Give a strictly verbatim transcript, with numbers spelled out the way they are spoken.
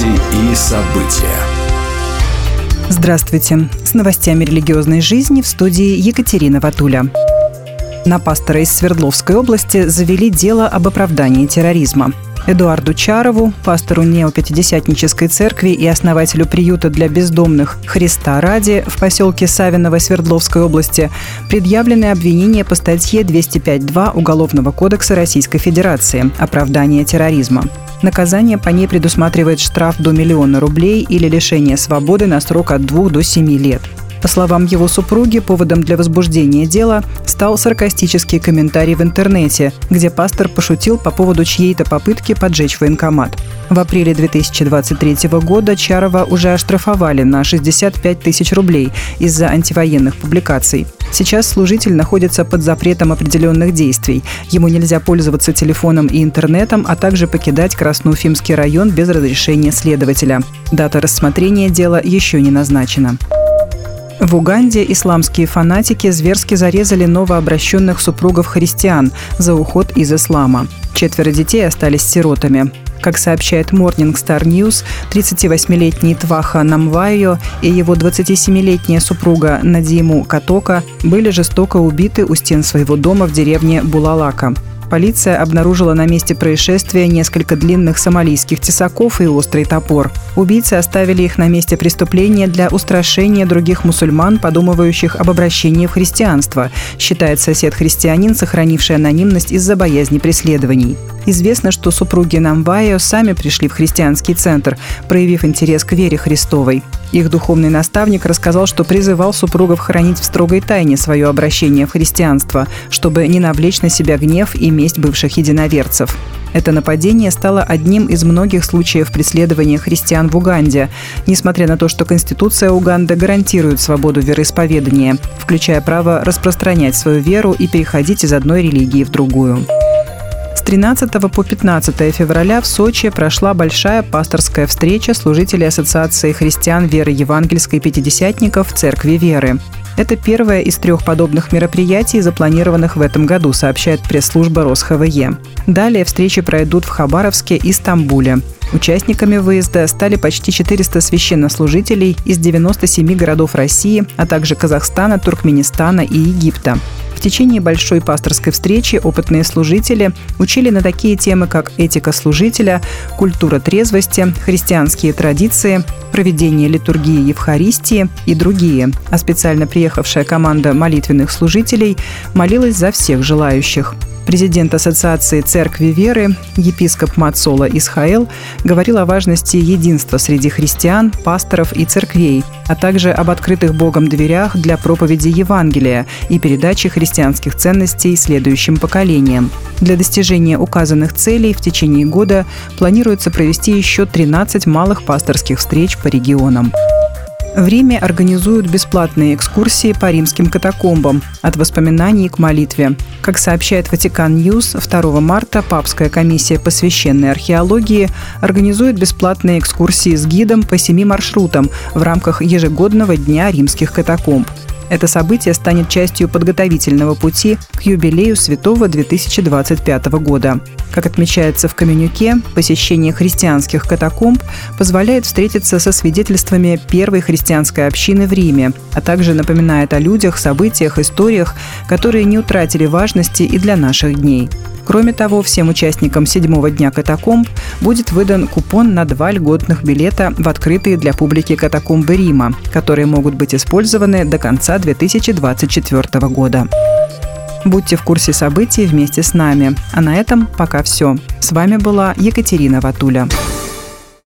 Новости и события. Здравствуйте. С новостями религиозной жизни в студии Екатерина Ватуля. На пастора из Свердловской области завели дело об оправдании терроризма. Эдуарду Чарову, пастору неопятидесятнической церкви и основателю приюта для бездомных «Христа ради» в поселке Савиново Свердловской области, предъявлены обвинения по статье двести пять точка два Уголовного кодекса Российской Федерации «Оправдание терроризма». Наказание по ней предусматривает штраф до миллиона рублей или лишение свободы на срок от двух до семи лет. По словам его супруги, поводом для возбуждения дела стал саркастический комментарий в интернете, где пастор пошутил по поводу чьей-то попытки поджечь военкомат. В апреле две тысячи двадцать третьего года Чарова уже оштрафовали на шестьдесят пять тысяч рублей из-за антивоенных публикаций. Сейчас служитель находится под запретом определенных действий. Ему нельзя пользоваться телефоном и интернетом, а также покидать Красноуфимский район без разрешения следователя. Дата рассмотрения дела еще не назначена. В Уганде исламские фанатики зверски зарезали новообращенных супругов христиан за уход из ислама. Четверо детей остались сиротами. Как сообщает Morning Star News, тридцативосьмилетний Тваха Намвайо и его двадцатисемилетняя супруга Надиму Катока были жестоко убиты у стен своего дома в деревне Булалака. Полиция обнаружила на месте происшествия несколько длинных сомалийских тесаков и острый топор. Убийцы оставили их на месте преступления для устрашения других мусульман, подумывающих об обращении в христианство, считает сосед-христианин, сохранивший анонимность из-за боязни преследований. Известно, что супруги Намвайо сами пришли в христианский центр, проявив интерес к вере Христовой. Их духовный наставник рассказал, что призывал супругов хранить в строгой тайне свое обращение в христианство, чтобы не навлечь на себя гнев и месть бывших единоверцев. Это нападение стало одним из многих случаев преследования христиан в Уганде, несмотря на то, что Конституция Уганды гарантирует свободу вероисповедания, включая право распространять свою веру и переходить из одной религии в другую. С тринадцатого по пятнадцатое февраля в Сочи прошла большая пасторская встреча служителей Ассоциации христиан веры евангельской пятидесятников Церкви Веры. Это первое из трех подобных мероприятий, запланированных в этом году, сообщает пресс-служба РосХВЕ. Далее встречи пройдут в Хабаровске и Стамбуле. Участниками выезда стали почти четыреста священнослужителей из девяноста семи городов России, а также Казахстана, Туркменистана и Египта. В течение большой пасторской встречи опытные служители учили на такие темы, как этика служителя, культура трезвости, христианские традиции, проведение литургии Евхаристии и другие. А специально приехавшая команда молитвенных служителей молилась за всех желающих. Президент Ассоциации Церкви Веры, епископ Мацола Исхаэл, говорил о важности единства среди христиан, пасторов и церквей, а также об открытых Богом дверях для проповеди Евангелия и передачи христианских ценностей следующим поколениям. Для достижения указанных целей в течение года планируется провести еще тринадцать малых пасторских встреч по регионам. В Риме организуют бесплатные экскурсии по римским катакомбам «От воспоминаний к молитве». Как сообщает Ватикан Ньюс, второго марта Папская комиссия по священной археологии организует бесплатные экскурсии с гидом по семи маршрутам в рамках ежегодного дня римских катакомб. Это событие станет частью подготовительного пути к юбилею Святого две тысячи двадцать пятого года. Как отмечается в коммюнике, посещение христианских катакомб позволяет встретиться со свидетельствами первой христианской общины в Риме, а также напоминает о людях, событиях, историях, которые не утратили важности и для наших дней. Кроме того, всем участникам седьмого дня катакомб будет выдан купон на два льготных билета в открытые для публики катакомбы Рима, которые могут быть использованы до конца две тысячи двадцать четвёртого года. Будьте в курсе событий вместе с нами. А на этом пока все. С вами была Екатерина Ватуля.